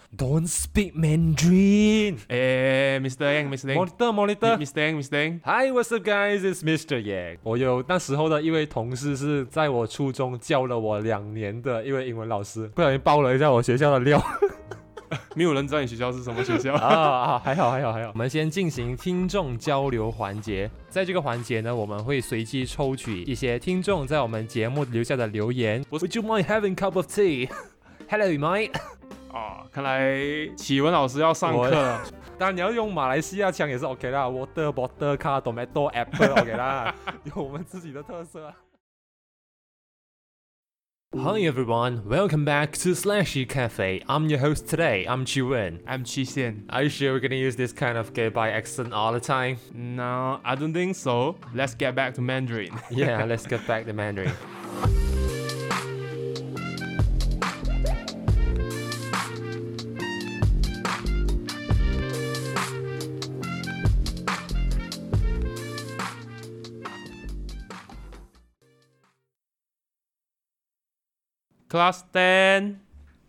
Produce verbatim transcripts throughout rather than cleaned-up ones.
Don't speak Mandarin. 哎 ，Mister Yang，Mister Yang，Monitor Monitor，Mister Yang，Mister Yang。Hi, what's up, guys? It's Mister Yang。我有那时候的一位同事是在我初中教了我两年的一位英文老师，不小心爆了一下我学校的料。 没有人知道你学校是什么学校啊，还好还好还好。我们先进行听众交流环节，在这个环节呢，我们会随机抽取一些听众在我们节目留下的留言。Would you mind having a cup of tea? Hello, mate. 哦，看来启文老师要上课了。 当然你要用马来西亚腔也是 OK 啦 ，Water, Bottle, Car, Tomato, Apple OK 啦，有我们自己的特色。Hi everyone, welcome back to Slashy Cafe. I'm your host today. I'm Chiwen. I'm Chi Xian. Are you sure we're gonna use this kind of goodbye accent all the time? No, I don't think so. Let's get back to Mandarin. Yeah, let's get back to Mandarin. Class ten.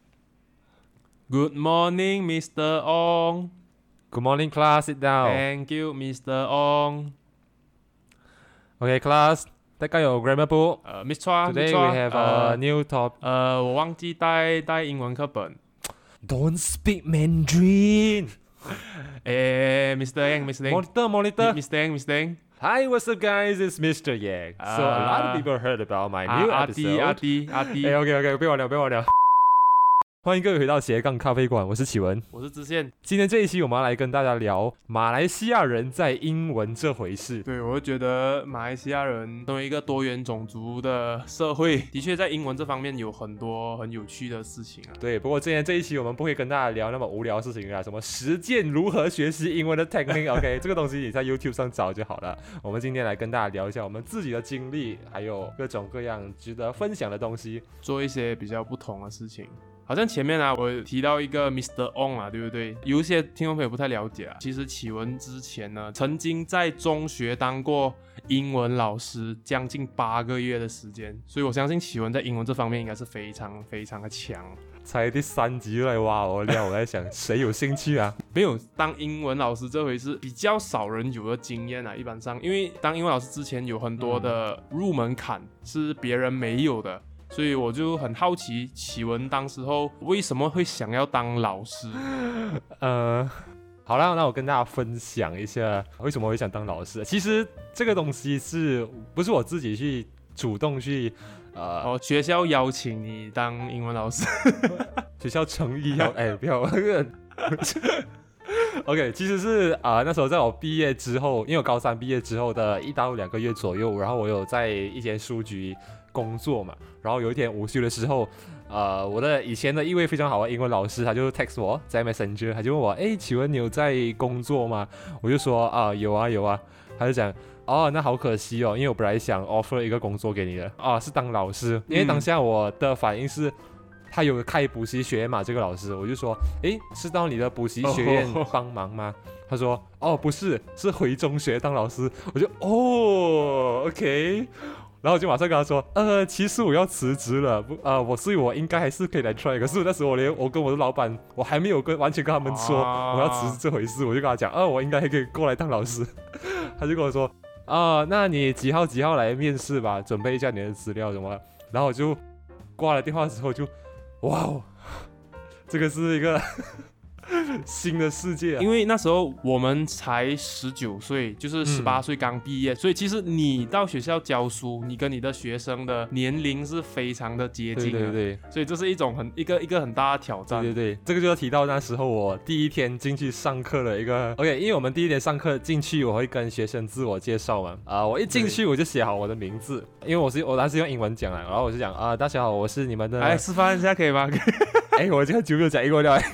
Good morning, Mister Ong. Good morning, class. Sit down. Thank you, Mister Ong. Okay, class. 大家有 grammar book. 呃 ，Miss Chua, Today Miss Chua, we have a、uh, new top. 呃，我忘记带带英文课本。 Don't speak Mandarin. 哎 ，Mister Yang，Mister Yang. Monitor, Monitor.Mister Yang，Mister Yang。Hi, what's up, guys? It's Mister Yang. Uh, so a lot of people heard about my new uh, episode. 阿迪，阿迪，阿迪。 哎 ，OK OK， 别玩了，别玩了。欢迎各位回到斜杠咖啡馆，我是启文， 我是知县。 今天这一期我们要来跟大家聊马来西亚人在英文这回事。 对，我觉得马来西亚人作为一个多元种族的社会，的确在英文这方面有很多很有趣的事情啊。 对，不过今天这一期我们不会跟大家聊那么无聊的事情啊，什么实践如何学习英文的 technique。OK， 这个东西你在 YouTube 上找就好了。我们今天来跟大家聊一下我们自己的经历，还有各种各样值得分享的东西， 做一些比较不同的事情。好像前面啊，我提到一个 Mister Ong 啊，对不对？有一些听众朋友不太了解啊。其实启文之前呢，曾经在中学当过英文老师，将近八个月的时间，所以我相信启文在英文这方面应该是非常非常的强。 才第三集就来挖我料，我在想谁有兴趣啊？ 没有当英文老师这回是比较少人有的经验啊，一般上，因为当英文老师之前有很多的入门槛是别人没有的。所以我就很好奇，启文当时候为什么会想要当老师？ 呃，好了，那我跟大家分享一下为什么会想当老师。其实这个东西是不是我自己去主动去呃， 哦，学校邀请你当英文老师， 学校诚意要哎，不要。OK， 其实是啊、呃，那时候在我毕业之后，因为我高三毕业之后的一到两个月左右，然后我有在一间书局工作嘛，然后有一天午休的时候，呃，我的以前的一位非常好的英文老师，他就 text 我在 Messenger， 他就问我，哎，请问你有在工作吗？我就说啊，有啊有啊，他就讲，哦，那好可惜哦，因为我本来想 offer 一个工作给你的，啊，是当老师，因为当下我的反应是。他有开补习学院嘛？这个老师，我就说，诶，是到你的补习学院帮忙吗？ Oh. 他说，哦，不是，是回中学当老师。我就，哦 ，OK， 然后我就马上跟他说，呃，其实我要辞职了，不，呃，我所以我应该还是可以来 try， 可是那时候我连我跟我的老板，我还没有跟完全跟他们说、啊、我要辞职这回事，我就跟他讲，呃，我应该还可以过来当老师。他就跟我说，啊、呃，那你几号几号来面试吧，准备一下你的资料什么的。然后我就挂了电话之后就。哇哦，这个是一个新的世界、啊， 因为那时候我们才十九岁，就是十八岁刚毕业、嗯，所以其实你到学校教书，你跟你的学生的年龄是非常的接近的， 对对对， 所以这是一种很一个一个很大的挑战。 对对对，这个就要提到那时候我第一天进去上课的一个 ，OK， 因为我们第一天上课进去，我会跟学生自我介绍嘛，啊、呃，我一进去我就写好我的名字，因为我是我当时用英文讲了，然后我就讲啊、呃，大家好，我是你们的， 哎，示范一下可以吗？ 哎，我这个久没有讲英文了。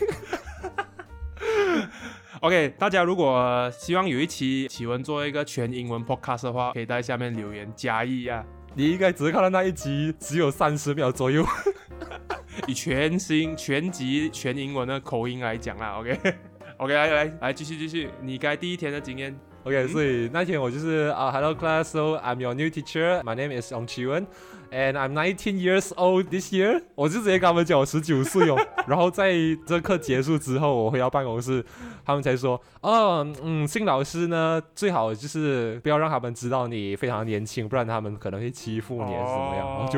OK， 大家如果希望有一期启文做一个全英文 podcast 的话，可以在下面留言加一啊。 你应该只是看到那一集只有三十秒左右， 以全新全集全英文的口音来讲啦。OK，OK，、okay? okay, 来来来，继续继续，你该第一天的经验。 OK，、嗯、所以那天我就是啊、uh,，Hello class，so I'm your new teacher. My name is Ong Chiwen, and I'm nineteen years old this year， 我就直接跟他们讲我十九岁哦。然后在这课结束之后，我回到办公室，他们才说，哦，嗯，新老师呢，最好就是不要让他们知道你非常年轻，不然他们可能会欺负你，还是怎么样。然后就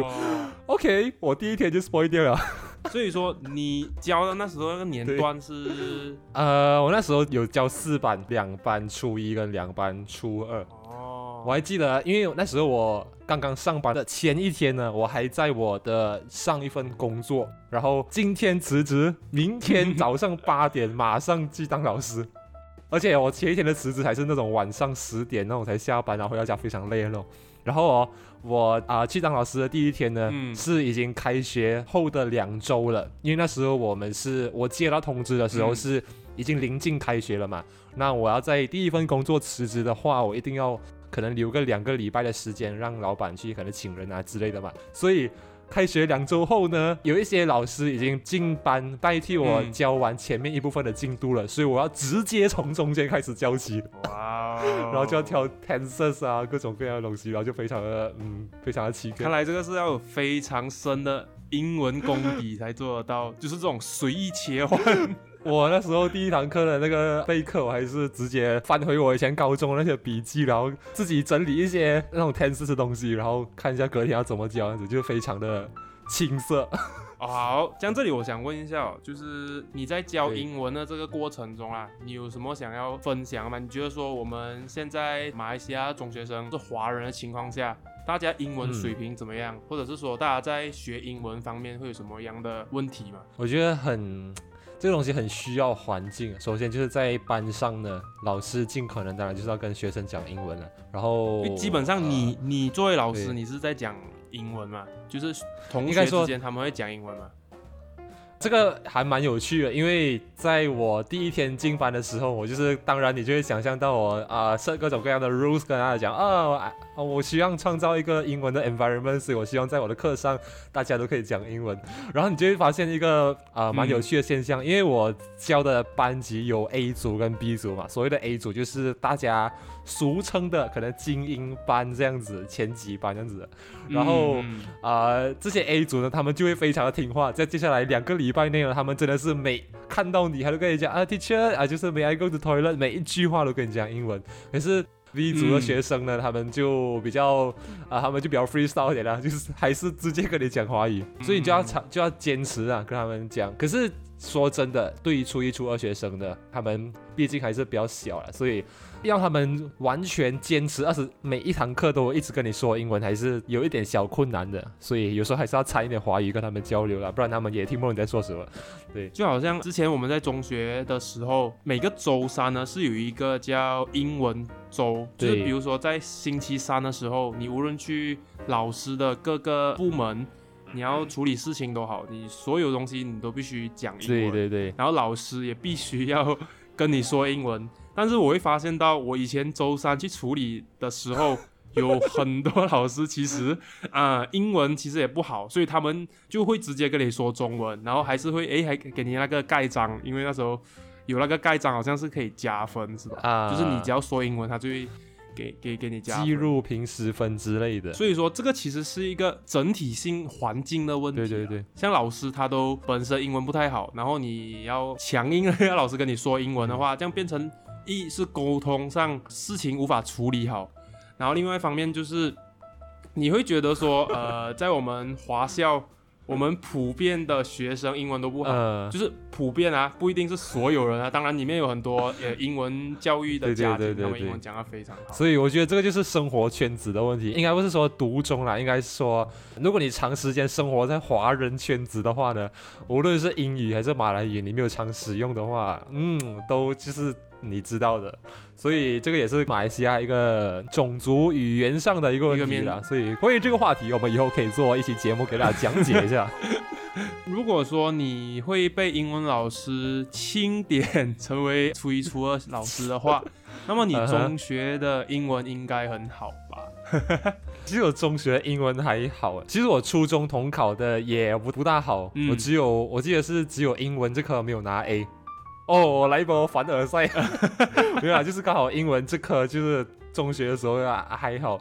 OK， 我第一天就 spoil 掉了。 所以说你教的那时候那个年段是， 呃，我那时候有教四班，两班初一跟两班初二。 哦， 我还记得，因为那时候我刚刚上班的前一天呢，我还在我的上一份工作，然后今天辞职，明天早上八点马上去当老师。而且我前一天的辞职还是那种晚上十点那种才下班，然后回到家非常累那种。然后哦，我啊、呃、去当老师的第一天呢，嗯、是已经开学后的两周了，因为那时候我们是我接到通知的时候是已经临近开学了嘛。嗯、那我要在第一份工作辞职的话，我一定要可能留个两个礼拜的时间，让老板去可能请人啊之类的嘛。所以开学两周后呢，有一些老师已经进班代替我教完前面一部分的进度了，嗯、所以我要直接从中间开始教起。哇、哦！然后就要挑 tenses 啊，各种各样的东西，然后就非常的嗯，非常的奇怪。 看来这个是要有非常深的英文功底才做得到，就是这种随意切换。 我那时候第一堂课的那个备课，我还是直接翻回我以前高中的那些笔记，然后自己整理一些那种 tenses 的东西，然后看一下隔天要怎么教，这样子就非常的青涩。 哦，好，像这里我想问一下、哦，就是你在教英文的这个过程中啊，你有什么想要分享吗？你觉得说我们现在马来西亚中学生是华人的情况下，大家英文水平怎么样？嗯、或者是说大家在学英文方面会有什么样的问题吗？ 我觉得很。这个东西很需要环境，首先就是在班上呢，老师尽可能当然就是要跟学生讲英文了，然后基本上你、呃、你作为老师，你是在讲英文嘛？就是同学之间他们会讲英文吗？ 这个还蛮有趣的，因为在我第一天进班的时候，我就是当然你就会想象到我啊设各种各样的 rules 跟大家讲啊，我希望创造一个英文的 environment， 所以我希望在我的课上大家都可以讲英文。然后你就会发现一个啊蛮有趣的现象，嗯、因为我教的班级有 A 组跟 B 组嘛，所谓的 A 组就是大家俗称的可能精英班这样子，前几班这样子的。然后啊、嗯呃、这些 A 组呢，他们就会非常的听话，在接下来两个礼拜内呢，他们真的是每看到你，他都跟你讲啊 ，teacher 啊，就是 may I go to toilet， 每一句话都跟你讲英文。可是 B 组的学生呢，嗯、他们就比较啊，他们就比较 freestyle 一点啦，就是还是直接跟你讲华语，所以你就要就要坚持啊，跟他们讲。可是说真的，对于初一、初二学生的，他们毕竟还是比较小了，所以要他们完全坚持，而且每一堂课都一直跟你说英文，还是有一点小困难的。所以有时候还是要掺一点华语跟他们交流啦，不然他们也听不懂你在说什么。对， 就好像之前我们在中学的时候，每个周三呢是有一个叫英文周，就是比如说在星期三的时候，你无论去老师的各个部门。你要处理事情都好，你所有东西你都必须讲英文， 对对对， 然后老师也必须要跟你说英文。但是我会发现到，我以前周三去处理的时候，有很多老师其实啊、呃、英文其实也不好，所以他们就会直接跟你说中文，然后还是会诶还给你那个盖章，因为那时候有那个盖章好像是可以加分是吧？啊，就是你只要说英文，他就会。给给给你加记录评十分之类的， 所以说这个其实是一个整体性环境的问题、啊。 对对对， 像老师他都本身英文不太好，然后你要强硬的要老师跟你说英文的话，这样变成一是沟通上事情无法处理好，然后另外一方面就是你会觉得说，呃，在我们华校。我们普遍的学生英文都不好，呃、就是普遍啊，不一定是所有人啊。当然，里面有很多呃英文教育的家庭，对对对对对他们英文讲得非常好。 所以我觉得这个就是生活圈子的问题，应该不是说独中啦，应该是说，如果你长时间生活在华人圈子的话呢，无论是英语还是马来语，你没有常使用的话，嗯，都就是你知道的。所以这个也是马来西亚一个种族语言上的一个问题啦。所以关于这个话题，我们以后可以做一期节目给大家讲解一下。 如果说你会被英文老师钦点成为初一、初二老师的话，那么你中学的英文应该很好吧？ 其实我中学的英文还好，其实我初中统考的也不不大好，嗯、我只有我记得是只有英文这科没有拿 A。哦，我来一波凡尔赛，没有啦，就是刚好英文这科就是中学的时候啊还好，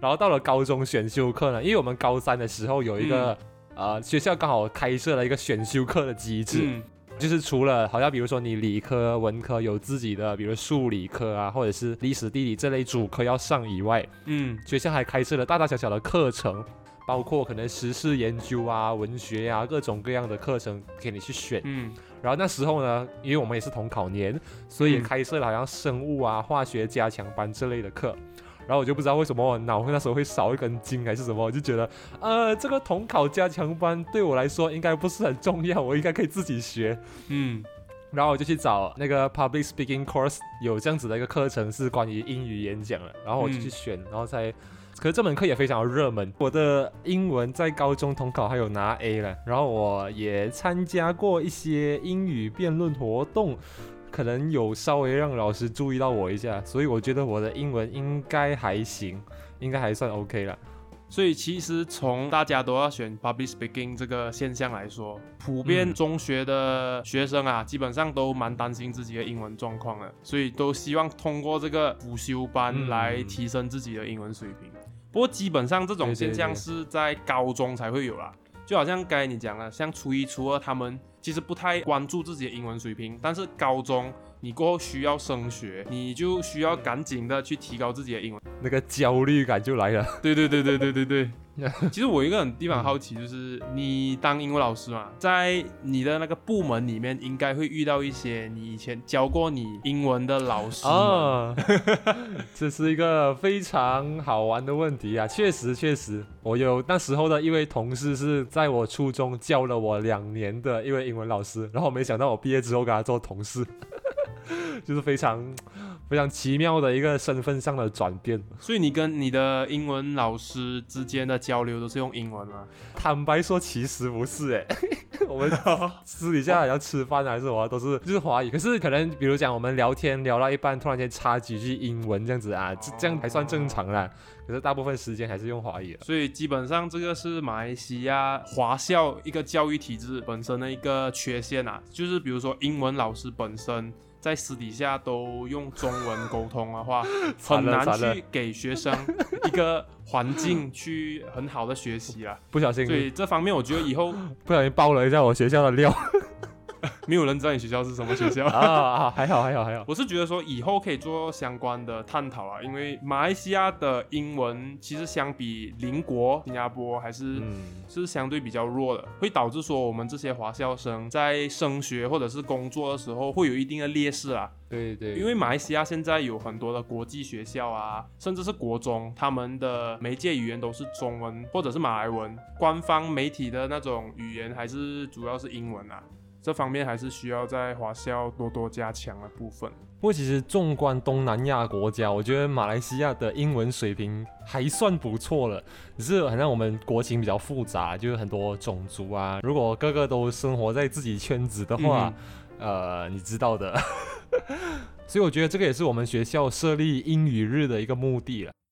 然后到了高中选修课呢，因为我们高三的时候有一个、嗯、呃学校刚好开设了一个选修课的机制。嗯，就是除了好像比如说你理科文科有自己的比如数理科啊，或者是历史地理这类主科要上以外，嗯，学校还开设了大大小小的课程，包括可能时事研究啊、文学啊各种各样的课程给你去选。嗯，然后那时候呢，因为我们也是同考年，所以也开设了好像生物啊、化学加强班这类的课。然后我就不知道为什么我脑那时候会少一根筋还是什么，我就觉得呃这个统考加强班对我来说应该不是很重要，我应该可以自己学。嗯，然后我就去找那个 public speaking course 有这样子的一个课程是关于英语演讲的，然后我就去选，嗯、然后才可是这门课也非常的热门，我的英文在高中统考还有拿 A 了，然后我也参加过一些英语辩论活动，可能有稍微让老师注意到我一下，所以我觉得我的英文应该还行，应该还算 OK 了。 所以其实从大家都要选 public speaking 这个现象来说，普遍中学的学生啊，嗯、基本上都蛮担心自己的英文状况的，所以都希望通过这个辅修班来提升自己的英文水平。嗯、不过基本上这种现象是在高中才会有啦，对对对，就好像刚才你讲了，像初一初二他们其实不太关注自己的英文水平，但是高中你过后需要升学，你就需要赶紧的去提高自己的英文， 那个焦虑感就来了。 对对对对对对对。其实我有一个很地方好奇，就是你当英文老师嘛，在你的那个部门里面，应该会遇到一些你以前教过你英文的老师哦。 这是一个非常好玩的问题啊！确实确实，我有那时候的一位同事是在我初中教了我两年的一位英文老师，然后没想到我毕业之后跟他做同事。就是非常非常奇妙的一个身份上的转变。 所以你跟你的英文老师之间的交流都是用英文吗？ 坦白说其实不是耶我们私底下好像吃饭还是什么都是就是华语，可是可能比如讲我们聊天聊到一半突然间插几句英文这样子啊，这样还算正常啦，可是大部分时间还是用华语。 所以基本上这个是马来西亚华校一个教育体制本身的一个缺陷啊，就是比如说英文老师本身在私底下都用中文沟通的话，很难去给学生一个环境去很好的学习啦。 不小心， 所以这方面我觉得以后不小心爆了一下我学校的料。 没有人知道你学校是什么学校啊，还好还好还好。 我是觉得说以后可以做相关的探讨啦，因为马来西亚的英文其实相比邻国新加坡还是、嗯、是相对比较弱的，会导致说我们这些华校生在升学或者是工作的时候会有一定的劣势啦。 对对， 因为马来西亚现在有很多的国际学校啊，甚至是国中，他们的媒介语言都是中文或者是马来文，官方媒体的那种语言还是主要是英文啊。这方面还是需要在华校多多加强的部分。 不过其实纵观东南亚国家，我觉得马来西亚的英文水平还算不错了，只是好像我们国情比较复杂，就是很多种族啊，如果个个都生活在自己圈子的话、嗯、呃，你知道的所以我觉得这个也是我们学校设立英语日的一个目的了。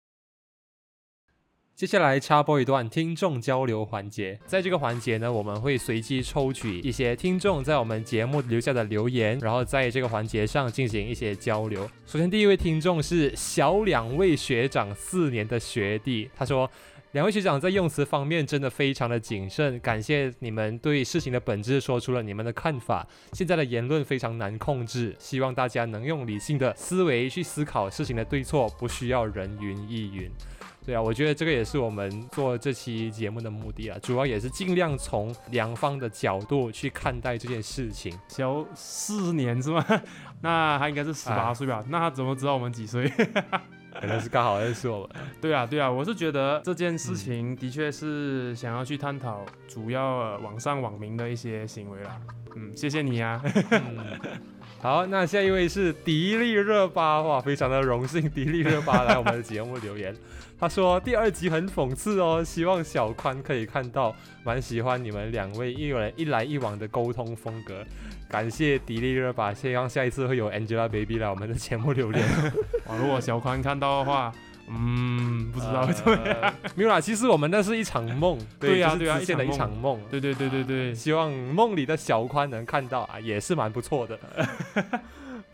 接下来插播一段听众交流环节，在这个环节呢，我们会随机抽取一些听众在我们节目留下的留言，然后在这个环节上进行一些交流。首先第一位听众是小两位学长四年的学弟，他说两位学长在用词方面真的非常的谨慎，感谢你们对事情的本质说出了你们的看法，现在的言论非常难控制，希望大家能用理性的思维去思考事情的对错，不需要人云亦云。对啊，我觉得这个也是我们做这期节目的目的啊，主要也是尽量从两方的角度去看待这件事情。 小四年是吗？那他应该是十八岁吧、啊？那他怎么知道我们几岁？ 可能是刚好认识我们。 对啊，对啊，我是觉得这件事情的确是想要去探讨主要、呃、网上网民的一些行为啦。嗯，谢谢你啊。 嗯好，那下一位是迪丽热巴，哇，非常的荣幸迪丽热巴来我们的节目留言。他说第二集很讽刺哦，希望小宽可以看到，蛮喜欢你们两位一人一来一往的沟通风格。感谢迪丽热巴，希望下一次会有 Angelababy 来我们的节目留言。 哇，如果小宽看到的话，嗯，不知道会怎么样、呃。 没有啦，其实我们那是一场梦， 对呀、啊，对呀、啊， 一场一场梦， 对对对对对， 希望梦里的小宽能看到啊，也是蛮不错的。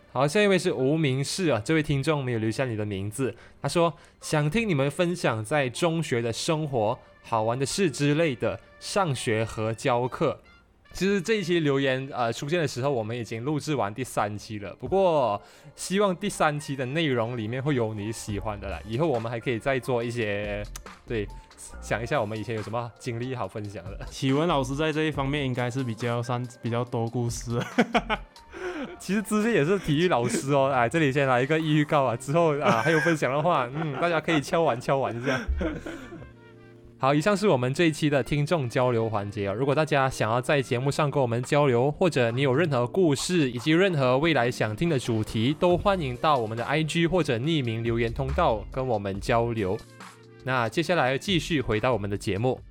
好，下一位是无名氏啊，这位听众没有留下你的名字。他说想听你们分享在中学的生活、好玩的事之类的，上学和教课。其实这一期留言呃出现的时候，我们已经录制完第三期了。不过希望第三期的内容里面会有你喜欢的啦。以后我们还可以再做一些，对，想一下我们以前有什么经历好分享的。 启文老师在这一方面应该是比较善比较多故事。 其实之前也是体育老师哦，哎，这里先来一个预告啊，之后啊还有分享的话，嗯，大家可以敲完敲完一下。好，以上是我们这一期的听众交流环节啊。如果大家想要在节目上跟我们交流，或者你有任何故事以及任何未来想听的主题，都欢迎到我们的 I G 或者匿名留言通道跟我们交流。那接下来继续回到我们的节目。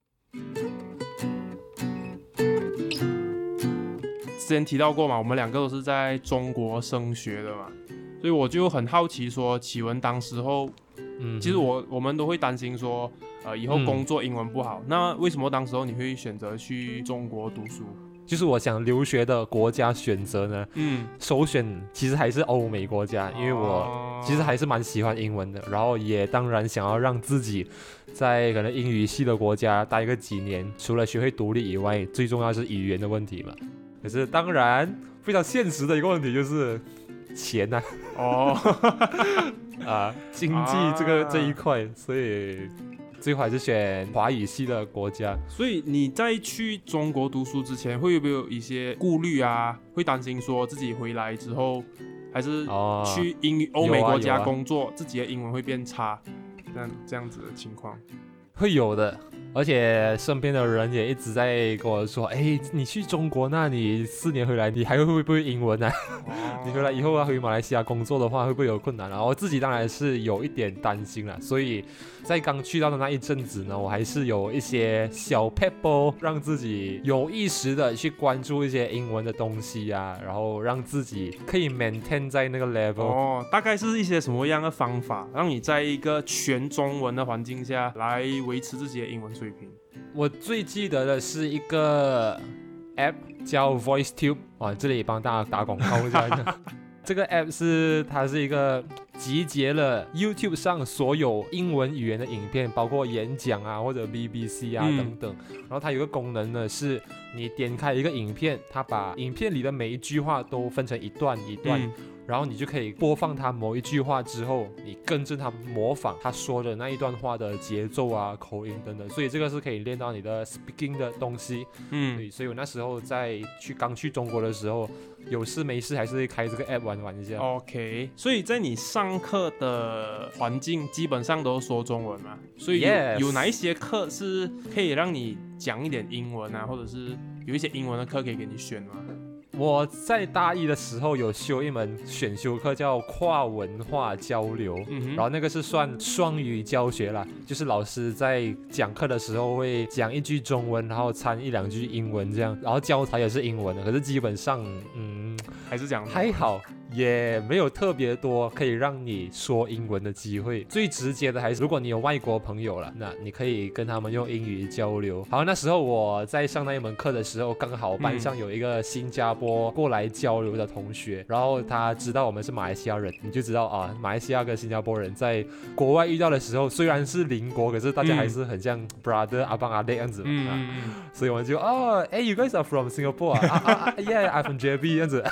之前提到过嘛，我们两个都是在中国升学的嘛，所以我就很好奇说，启文当时候，嗯，其实我我们都会担心说，呃，以后工作英文不好，嗯、那为什么当时候你会选择去中国读书？ 就是我想留学的国家选择呢，嗯，首选其实还是欧美国家，因为我其实还是蛮喜欢英文的，然后也当然想要让自己在可能英语系的国家待个几年，除了学会独立以外，最重要是语言的问题嘛。可是当然非常现实的一个问题就是钱呐、啊，哦，啊，经济这个、啊、这一块，所以最后还是选华语系的国家。 所以你在去中国读书之前，会不会有一些顾虑啊？会担心说自己回来之后，还是去英语欧、哦、美国家工作，啊啊、自己的英文会变差，这样这样子的情况？ 会有的。而且身边的人也一直在跟我说，哎，你去中国，那你四年回来，你还会不会英文啊？哦、你回来以后要回马来西亚工作的话，会不会有困难啊？我自己当然是有一点担心啦，所以在刚去到的那一阵子呢，我还是有一些小 pebble， 让自己有意识的去关注一些英文的东西啊，然后让自己可以 maintain 在那个 level。 哦，大概是一些什么样的方法，让你在一个全中文的环境下来维持自己的英文水平？ 我最记得的是一个 app 叫 VoiceTube， 哇，这里帮大家打广告一下。这个 app 是它是一个集结了 YouTube 上所有英文语言的影片，包括演讲啊或者 B B C 啊、嗯、等等。然后它有个功能呢，是你点开一个影片，它把影片里的每一句话都分成一段一段。嗯，然后你就可以播放他某一句话之后，你跟着他模仿他说的那一段话的节奏啊、口音等等，所以这个是可以练到你的 speaking 的东西。嗯，对，所以我那时候在去刚去中国的时候，有事没事还是会开这个 app 玩玩一下。 OK， 所以在你上课的环境基本上都说中文嘛，所以有, yes. 有哪一些课是可以让你讲一点英文啊，或者是有一些英文的课可以给你选吗？ 我在大一的时候有修一门选修课叫跨文化交流，嗯、然后那个是算双语教学啦，就是老师在讲课的时候会讲一句中文，然后掺一两句英文这样，然后教材也是英文的，可是基本上嗯还是讲还好，也没有特别多可以让你说英文的机会。最直接的还是如果你有外国朋友了，那你可以跟他们用英语交流。好，那时候我在上那一门课的时候，刚好班上有一个新加坡过来交流的同学，然后他知道我们是马来西亚人，你就知道啊，马来西亚跟新加坡人在国外遇到的时候，虽然是邻国，可是大家还是很像 brother、嗯、阿邦阿弟样子嘛、嗯啊、所以我们就哦，哎 ，you guys are from Singapore 啊啊啊 ，yeah I'm from J B 样子。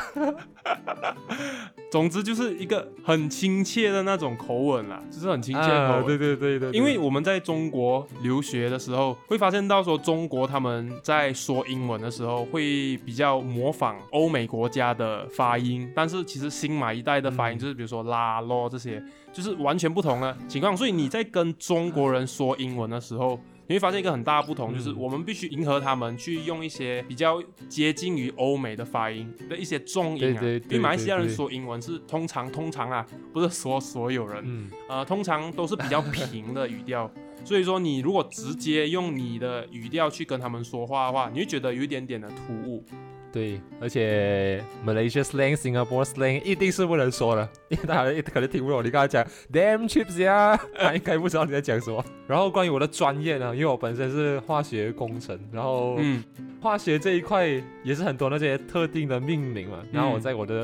总之就是一个很亲切的那种口吻啦，就是很亲切的口吻、啊、 对对对 对, 对， 因为我们在中国留学的时候，会发现到说中国他们在说英文的时候会比较模仿欧美国家的发音，但是其实新马一代的发音就是比如说啦咯这些，就是完全不同的情况。所以你在跟中国人说英文的时候，你会发现一个很大的不同，就是我们必须迎合他们，去用一些比较接近于欧美的发音的一些重音啊。因为马来西亚人说英文是通常通常啊，不是说所有人，嗯、呃，通常都是比较平的语调。所以说，你如果直接用你的语调去跟他们说话的话，你会觉得有一点点的突兀。 对，而且 Malaysia slang、Singapore slang 一定是不能说的，因为大家可能听不懂。你跟他讲 damn chips 呀，他应该不知道你在讲什么。然后关于我的专业呢，因为我本身是化学工程，然后化学这一块也是很多那些特定的命名嘛。然后我在我的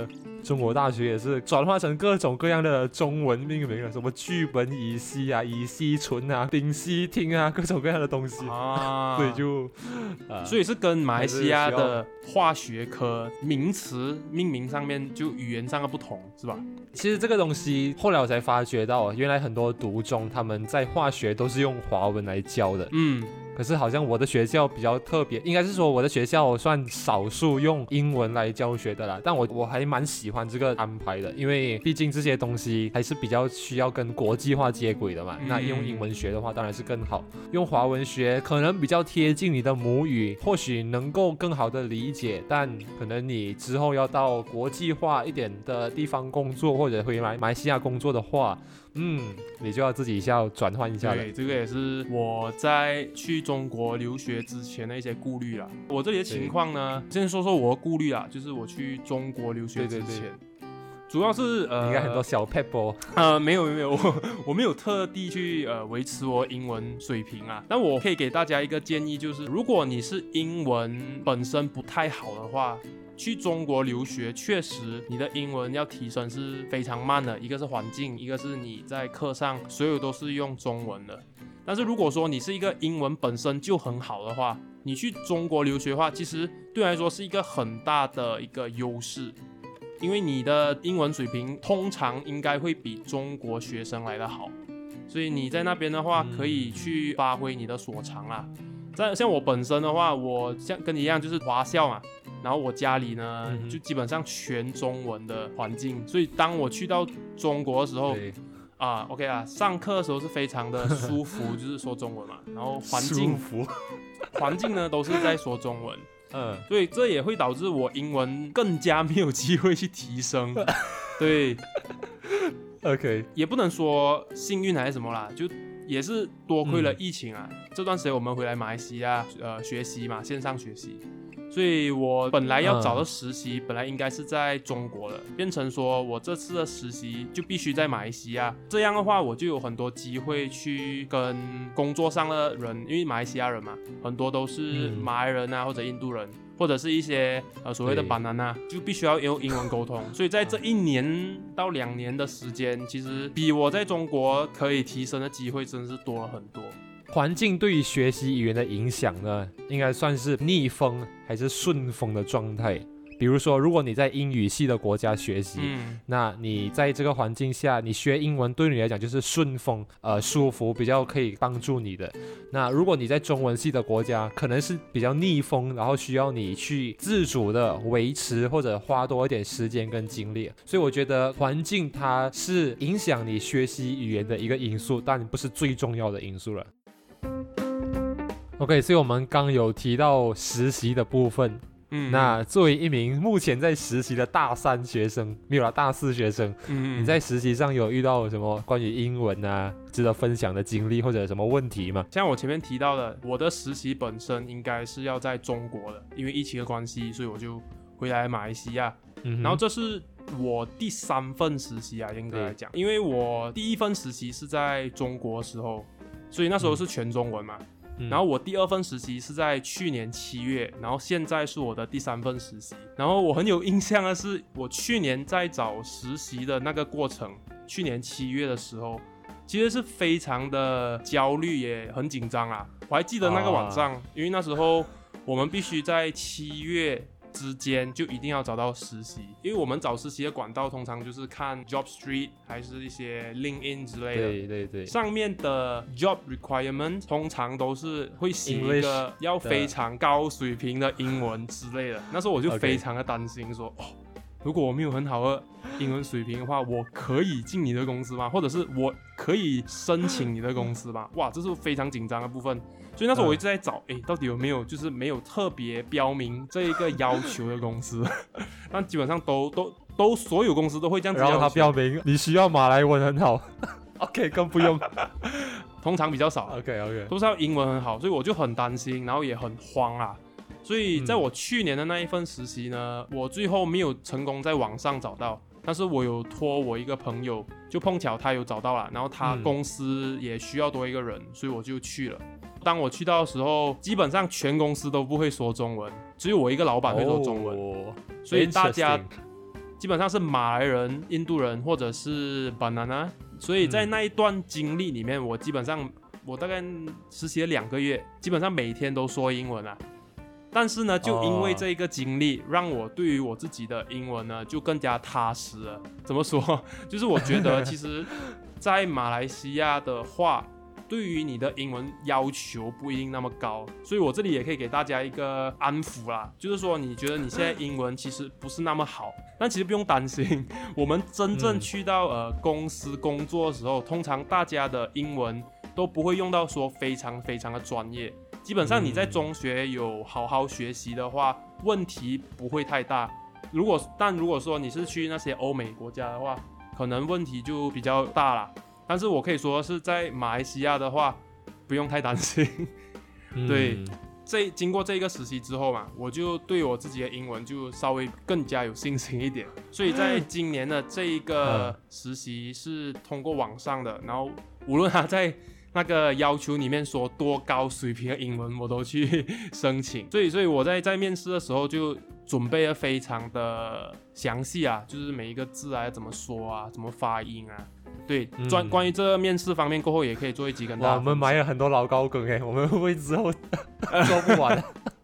中国大学也是转化成各种各样的中文命名了，什么聚苯乙烯啊、乙烯醇啊、丙烯烃啊，各种各样的东西啊，所以就、呃、 所以是跟马来西亚的化学科名词命名上面就语言上的不同，是吧？ 其实这个东西后来我才发觉到，原来很多读中他们在化学都是用华文来教的， 嗯。 可是好像我的学校比较特别，应该是说我的学校算少数用英文来教学的啦，但我我还蛮喜欢这个安排的，因为毕竟这些东西还是比较需要跟国际化接轨的嘛、嗯、那用英文学的话当然是更好，用华文学可能比较贴近你的母语，或许能够更好的理解，但可能你之后要到国际化一点的地方工作，或者回来马来西亚工作的话，嗯，你就要自己要转换一下了。 对，这个也是我在去中国留学之前的一些顾虑啦。我这里的情况呢，先说说我的顾虑啦，就是我去中国留学之前，对对对，主要是呃， 应该很多小 pebble， 呃，没有没有，我我没有特地去呃维持我英文水平啊。但我可以给大家一个建议，就是如果你是英文本身不太好的话，去中国留学，确实你的英文要提升是非常慢的，一个是环境，一个是你在课上所有都是用中文的。但是如果说你是一个英文本身就很好的话，你去中国留学的话，其实对我来说是一个很大的一个优势，因为你的英文水平通常应该会比中国学生来得好，所以你在那边的话可以去发挥你的所长啦。在像我本身的话，我像跟你一样就是华校嘛，然后我家里呢、嗯、就基本上全中文的环境，所以当我去到中国的时候啊 ，OK 啊，上课的时候是非常的舒服，就是说中文嘛，然后环境环境呢都是在说中文，嗯，所以这也会导致我英文更加没有机会去提升，对 ，OK， 也不能说幸运还是什么啦，就也是多亏了疫情啊、嗯，这段时间我们回来马来西亚呃学习嘛，线上学习。所以我本来要找的实习、嗯、本来应该是在中国的，变成说我这次的实习就必须在马来西亚，这样的话我就有很多机会去跟工作上的人，因为马来西亚人嘛，很多都是马来人啊、嗯、或者印度人，或者是一些呃所谓的板男啊，就必须要用英文沟通。所以在这一年到两年的时间，其实比我在中国可以提升的机会真的是多了很多。 环境对于学习语言的影响呢，应该算是逆风还是顺风的状态。比如说，如果你在英语系的国家学习、嗯，那你在这个环境下，你学英文对你来讲就是顺风，呃，舒服，比较可以帮助你的。那如果你在中文系的国家，可能是比较逆风，然后需要你去自主的维持或者花多一点时间跟精力。所以我觉得环境它是影响你学习语言的一个因素，但不是最重要的因素了。OK， 所以我们刚有提到实习的部分。嗯，那作为一名目前在实习的大三学生，没有啦，大四学生，嗯，你在实习上有遇到什么关于英文啊值得分享的经历或者什么问题吗？ 像我前面提到的，我的实习本身应该是要在中国的，因为疫情的关系，所以我就回来马来西亚。嗯，然后这是我第三份实习啊，严格来讲，因为我第一份实习是在中国的时候，所以那时候是全中文嘛。嗯，然后我第二份实习是在去年七月，然后现在是我的第三份实习。然后我很有印象的是，我去年在找实习的那个过程，去年七月的时候，其实是非常的焦虑，也很紧张啊。我还记得那个晚上，啊、因为那时候我们必须在七月之间就一定要找到实习，因为我们找实习的管道通常就是看 JobStreet 还是一些 LinkedIn 之类的， 对对对， 上面的 Job Requirement 通常都是会写一个要非常高水平的英文之类的。那时候我就非常的担心说， okay. 哦，如果我没有很好的英文水平的话，我可以进你的公司吗？或者是我可以申请你的公司吗？哇，这是非常紧张的部分。所以那时候我一直在找，哎、嗯，到底有没有就是没有特别标明这一个要求的公司？但基本上都都都所有公司都会这样子要求。 然后他标明你需要马来文很好，OK， 更不用， 通常比较少 ，OK OK， 都是要英文很好，所以我就很担心，然后也很慌啊。所以在我去年的那一份实习呢，嗯、我最后没有成功在网上找到，但是我有托我一个朋友，就碰巧他有找到了，然后他公司也需要多一个人，嗯、所以我就去了。当我去到的时候，基本上全公司都不会说中文，只有我一个老板会说中文， oh, 所以大家基本上是马来人、印度人或者是 banana， 所以在那一段经历里面，我基本上我大概实习了两个月，基本上每天都说英文啊。但是呢，就因为这一个经历，让我对于我自己的英文呢就更加踏实了。怎么说？就是我觉得其实，在马来西亚的话，对于你的英文要求不一定那么高，所以我这里也可以给大家一个安抚啦，就是说你觉得你现在英文其实不是那么好，但其实不用担心，我们真正去到、呃、公司工作的时候，通常大家的英文都不会用到说非常非常的专业，基本上你在中学有好好学习的话，问题不会太大。如果但如果说你是去那些欧美国家的话，可能问题就比较大啦。但是我可以说是在马来西亚的话，不用太担心。嗯、对，这经过这个实习之后嘛，我就对我自己的英文就稍微更加有信心一点。所以在今年的这一个实习是通过网上的，然后无论他在那个要求里面说多高水平的英文，我都去申请。所以，所以我在在面试的时候就准备得非常的详细啊，就是每一个字啊怎么说啊，怎么发音啊。对，专、嗯、关于这个面试方面，过后也可以做一集跟大家。 哇，我们埋了很多老高梗哎，我们会不会之后做不完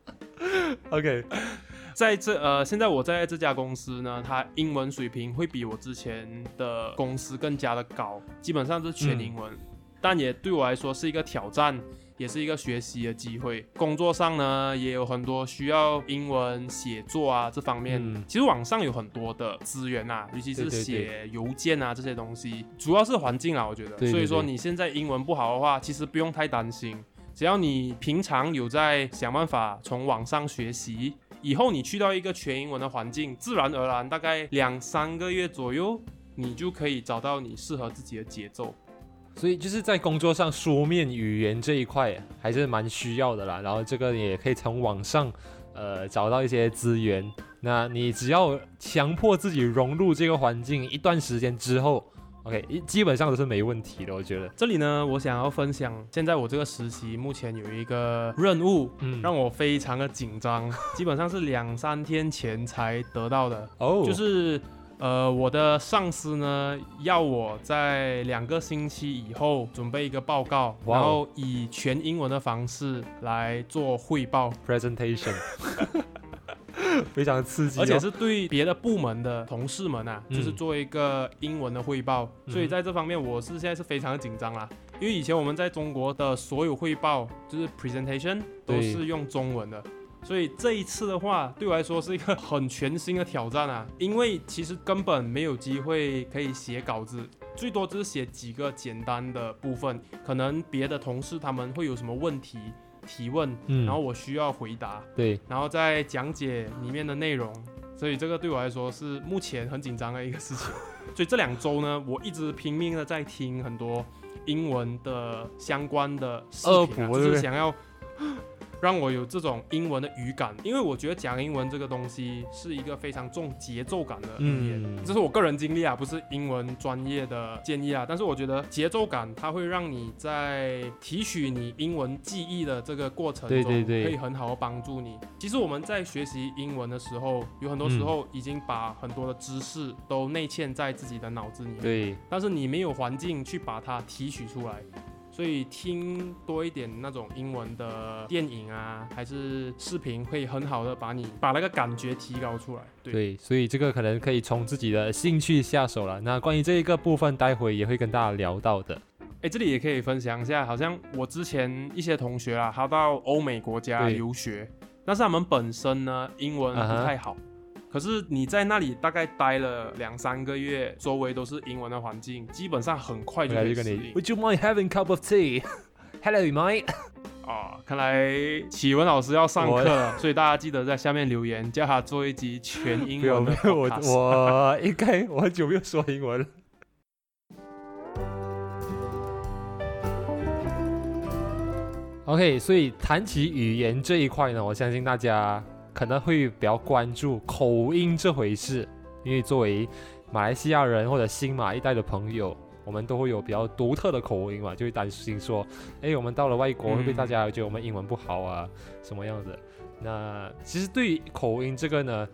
？OK， 在这呃，现在我在这家公司呢，它英文水平会比我之前的公司更加的高，基本上是全英文。嗯，但也对我来说是一个挑战，也是一个学习的机会。工作上呢，也有很多需要英文写作啊这方面、嗯、其实网上有很多的资源啊，尤其是写邮件啊这些东西，主要是环境啊我觉得。对对对，所以说你现在英文不好的话，其实不用太担心，只要你平常有在想办法从网上学习，以后你去到一个全英文的环境，自然而然大概两三个月左右，你就可以找到你适合自己的节奏。 所以就是在工作上书面语言这一块还是蛮需要的啦，然后这个也可以从网上呃找到一些资源，那你只要强迫自己融入这个环境一段时间之后 OK 基本上都是没问题的。我觉得这里呢，我想要分享现在我这个实习目前有一个任务、嗯、让我非常的紧张，基本上是两三天前才得到的哦，就是呃，我的上司呢要我在两个星期以后准备一个报告， wow. 然后以全英文的方式来做汇报 presentation 非常刺激、哦、 而且是对别的部门的同事们啊、嗯、就是做一个英文的汇报、嗯、所以在这方面我是现在是非常的紧张啦，因为以前我们在中国的所有汇报就是 presentation 都是用中文的，所以这一次的话对我来说是一个很全新的挑战啊，因为其实根本没有机会可以写稿子，最多只是写几个简单的部分，可能别的同事他们会有什么问题提问、嗯、然后我需要回答， 对， 然后再讲解里面的内容，所以这个对我来说是目前很紧张的一个事情。所以这两周呢，我一直拼命的在听很多英文的相关的视频、啊、就是想要让我有这种英文的语感，因为我觉得讲英文这个东西是一个非常重节奏感的语言、嗯、这是我个人经历啊，不是英文专业的建议啊，但是我觉得节奏感它会让你在提取你英文记忆的这个过程中，对对对，可以很好的帮助你。其实我们在学习英文的时候，有很多时候已经把很多的知识都内嵌在自己的脑子里面，对，但是你没有环境去把它提取出来，所以听多一点那种英文的电影啊，还是视频，会很好的把你把那个感觉提高出来。 对, 对，所以这个可能可以从自己的兴趣下手了。那关于这一个部分，待会也会跟大家聊到的。 哎，这里也可以分享一下，好像我之前一些同学啊，他到欧美国家留学，但是他们本身呢英文不太好。Uh-huh.可是你在那里大概待了两三个月，周围都是英文的环境，基本上很快就可以适应。 Would you mind having a cup of tea? Hello, mate. 啊，看来启文老师要上课了，所以大家记得在下面留言，叫他做一集全英文的 podcast。 我我应该我很久没有说英文了。OK， 所以谈起语言这一块呢，我相信大家可能会比较关注口音这回事，因为作为马来西亚人或者新马一代的朋友，我们都会有比较独特的口音嘛，就会担心说，哎，我们到了外国会不会大家觉得我们英文不好啊，什么样子？那其实对于口音这个呢，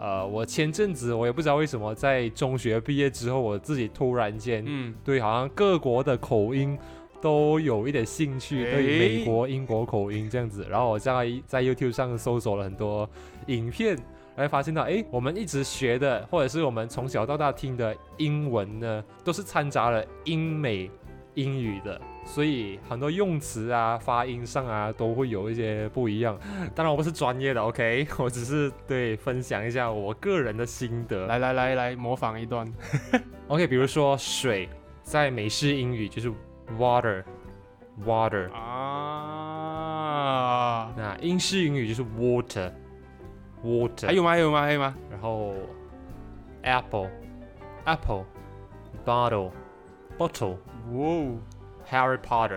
呃，我前阵子我也不知道为什么，在中学毕业之后，我自己突然间， 嗯， 对好像各国的口音都有一点兴趣， 诶对美国、英国口音这样子。然后我在在 YouTube 上搜索了很多影片，来发现到，哎，我们一直学的，或者是我们从小到大听的英文呢，都是掺杂了英美英语的。所以很多用词啊、发音上啊都会有一些不一样。当然我不是专业的 ，OK， 我只是对分享一下我个人的心得。 来来来来，模仿一段。 OK， 比如说水，在美式英语就是 water，water。 啊， 那英式英语就是 water，water。 还有吗？还有吗？还有吗？ 然后 apple，apple，bottle，bottle。 哇。 Harry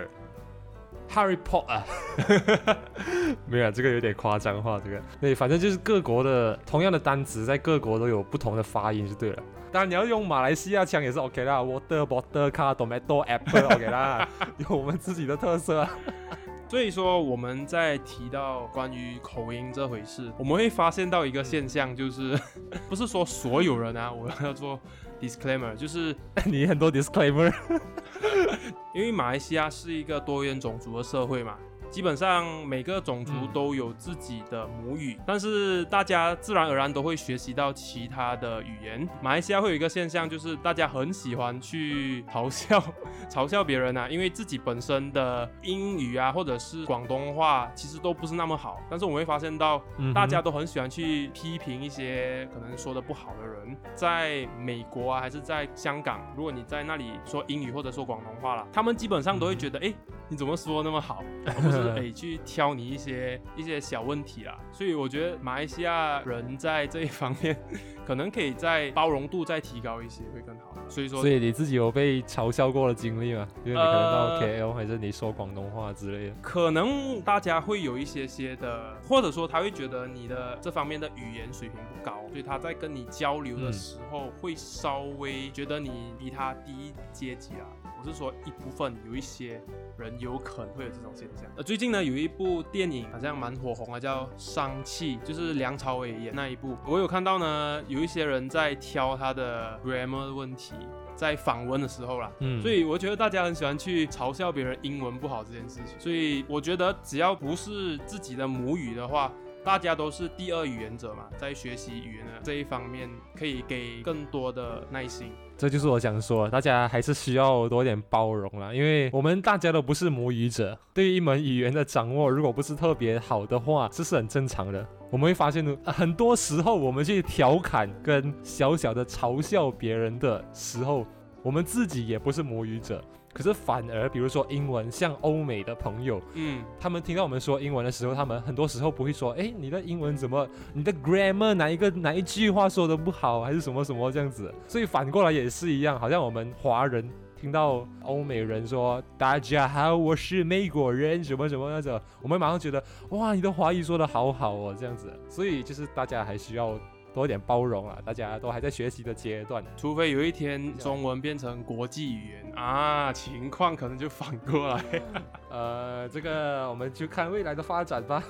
Potter，Harry Potter， 没有，这个有点夸张化。这个对，反正就是各国的同样的单词，在各国都有不同的发音就对了。当然你要用马来西亚腔也是 OK 啦 ，Water Bottle Car Tomato Apple OK 啦，有我们自己的特色啊。 所以说我们在提到关于口音这回事，我们会发现到一个现象，就是不是说所有人啊，我要做 disclaimer， 就是你很多 disclaimer， 因为马来西亚是一个多元种族的社会嘛。基本上每个种族都有自己的母语，嗯、但是大家自然而然都会学习到其他的语言。马来西亚会有一个现象，就是大家很喜欢去嘲笑嘲笑别人啊，因为自己本身的英语啊或者是广东话其实都不是那么好，但是我们会发现到大家都很喜欢去批评一些可能说的不好的人。在美国啊还是在香港，如果你在那里说英语或者说广东话啦，他们基本上都会觉得，哎、嗯，你怎么说那么好，而不是哎去挑你一些一些小问题啦。所以我觉得马来西亚人在这一方面可能可以在包容度再提高一些会更好。所以说， 所以你自己有被嘲笑过的经历吗？因为你可能到 K L、呃、还是你说广东话之类的， 可能大家会有一些些的，或者说他会觉得你的这方面的语言水平不高，所以他在跟你交流的时候会稍微觉得你比他低一阶级啦。我是说一部分有一些人有可能会有这种现象。呃，最近呢有一部电影好像蛮火红的，叫《商气》，就是梁朝伟演那一部。我有看到呢，有一些人在挑他的 grammar 的问题，在访问的时候啦，嗯，所以我觉得大家很喜欢去嘲笑别人英文不好这件事情。所以我觉得只要不是自己的母语的话，大家都是第二语言者嘛，在学习语言的这一方面，可以给更多的耐心。 这就是我想说，大家还是需要多一点包容啦，因为我们大家都不是母语者，对于一门语言的掌握，如果不是特别好的话，这是很正常的。我们会发现，很多时候我们去调侃跟小小的嘲笑别人的时候，我们自己也不是母语者。可是反而比如说英文，像欧美的朋友，嗯，他们听到我们说英文的时候，他们很多时候不会说，哎，你的英文怎么，你的 grammar 哪一个哪一句话说的不好，还是什么什么这样子。所以反过来也是一样，好像我们华人听到欧美人说大家好，我是美国人什么什么样子，我们马上觉得哇，你的华语说的好好哦，这样子。所以就是大家还需要多一点包容啊，大家都还在学习的阶段， 除非有一天中文变成国际语言啊，情况可能就反过来。 呃，这个我们就看未来的发展吧。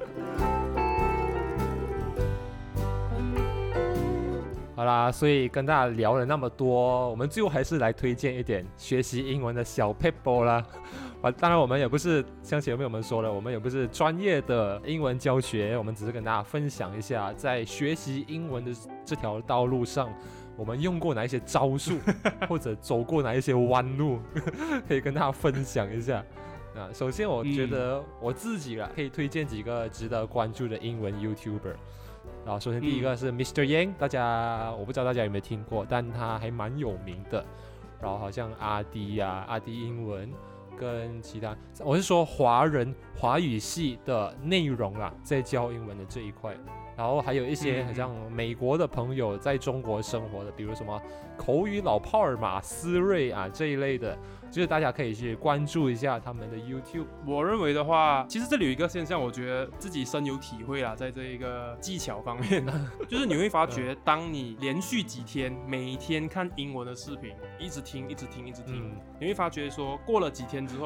好啦，所以跟大家聊了那么多，我们最后还是来推荐一点学习英文的小撇步啦。啊，当然我们也不是像前面我们说的，我们也不是专业的英文教学，我们只是跟大家分享一下，在学习英文的这条道路上，我们用过哪一些招数，或者走过哪一些弯路，可以跟大家分享一下。那首先，我觉得我自己啦，可以推荐几个值得关注的英文 YouTuber。然后首先第一个是 mister Yang， 大家我不知道大家有没有听过，但他还蛮有名的。然后好像阿迪呀、啊，阿迪英文。跟其他，我是说华人华语系的内容啦，在教英文的这一块，然后还有一些好像美国的朋友在中国生活的，比如什么口语老炮儿马思瑞啊这一类的，就是大家可以去关注一下他们的 YouTube。 我认为的话，其实这里有一个现象，我觉得自己深有体会啦，在这一个技巧方面呢，就是你会发觉，当你连续几天每天看英文的视频，一直听，一直听，一直听，嗯、你会发觉说，过了几天之后，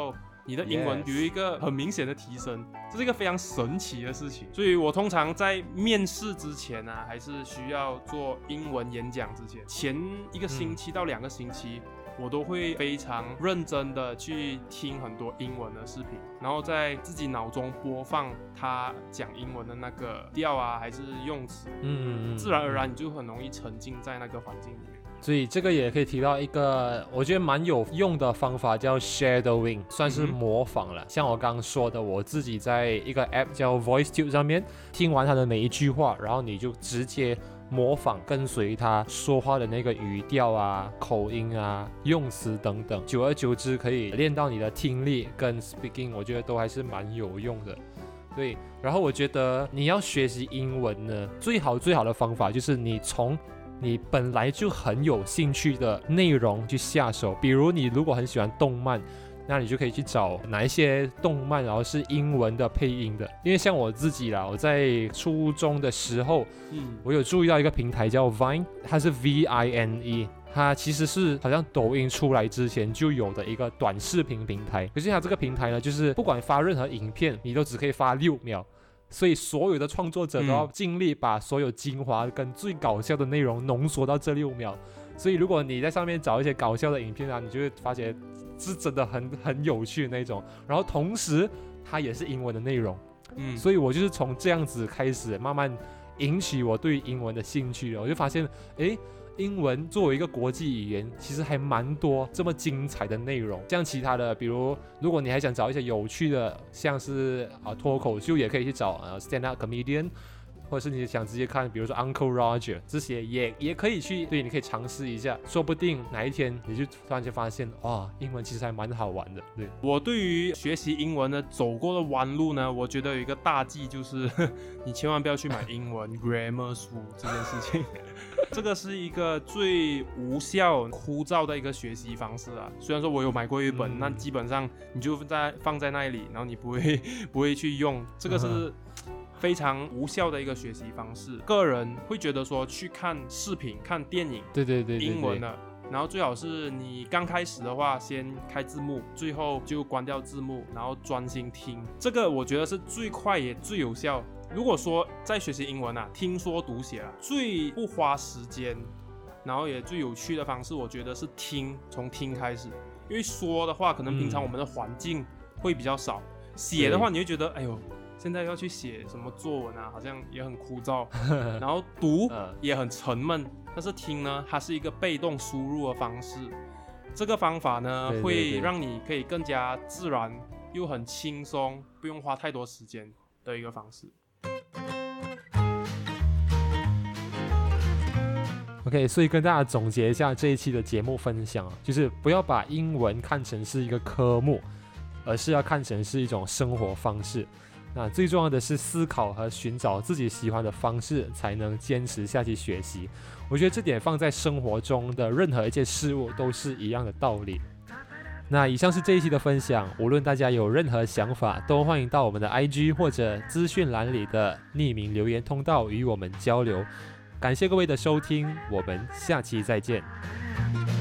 你的英文有一个很明显的提升，这是一个非常神奇的事情。所以我通常在面试之前啊，还是需要做英文演讲之前，前一个星期到两个星期。嗯我都会非常认真的去听很多英文的视频，然后在自己脑中播放他讲英文的那个调啊，还是用词，嗯，自然而然你就很容易沉浸在那个环境里面。 所以这个也可以提到一个我觉得蛮有用的方法，叫 shadowing， 算是模仿了。嗯、像我刚刚说的，我自己在一个 app 叫 VoiceTube 上面听完他的每一句话，然后你就直接模仿跟随他说话的那个语调啊、口音啊、用词等等，久而久之可以练到你的听力跟 speaking， 我觉得都还是蛮有用的。对，然后我觉得你要学习英文呢，最好最好的方法就是你从你本来就很有兴趣的内容去下手。比如你如果很喜欢动漫，那你就可以去找哪一些动漫然后是英文的配音的。因为像我自己啦，我在初中的时候、嗯、我有注意到一个平台叫 Vine， 它是 V I N E， 它其实是好像抖音出来之前就有的一个短视频平台。可是它这个平台呢，就是不管发任何影片你都只可以发六秒，所以所有的创作者都要尽力把所有精华跟最搞笑的内容浓缩到这六秒。所以如果你在上面找一些搞笑的影片啊，你就会发现是真的很很有趣的那种，然后同时它也是英文的内容，嗯，所以我就是从这样子开始慢慢引起我对英文的兴趣了。我就发现诶，英文作为一个国际语言，其实还蛮多这么精彩的内容。像其他的，比如如果你还想找一些有趣的，像是啊脱口秀，也可以去找呃 stand up comedian， 或者是你想直接看，比如说 Uncle Roger 这些也也可以去，对，你可以尝试一下，说不定哪一天你就突然间发现，哇，英文其实还蛮好玩的。对， 我对于学习英文呢走过的弯路呢，我觉得有一个大忌就是你千万不要去买英文 grammar 书这件事情。这个是一个最无效、枯燥的一个学习方式啊。虽然说我有买过一本，那、嗯、基本上你就在放在那里，然后你不会不会去用，这个是非常无效的一个学习方式。个人会觉得说去看视频、看电影， 对对 对, 对, 对, 对， 英文的，然后最好是你刚开始的话先开字幕，最后就关掉字幕，然后专心听。这个我觉得是最快也最有效。如果说在学习英文啊，听说读写啊，最不花时间，然后也最有趣的方式，我觉得是听，从听开始。因为说的话，可能平常我们的环境会比较少，嗯、写的话你会觉得，哎呦，现在要去写什么作文啊，好像也很枯燥，然后读也很沉闷。但是听呢，它是一个被动输入的方式，这个方法呢，对对对，会让你可以更加自然又很轻松，不用花太多时间的一个方式。 OK， 所以跟大家总结一下这一期的节目分享，就是不要把英文看成是一个科目，而是要看成是一种生活方式。那最重要的是思考和寻找自己喜欢的方式，才能坚持下去学习。我觉得这点放在生活中的任何一件事物都是一样的道理。那以上是这一期的分享，无论大家有任何想法，都欢迎到我们的 I G 或者资讯栏里的匿名留言通道与我们交流。感谢各位的收听，我们下期再见。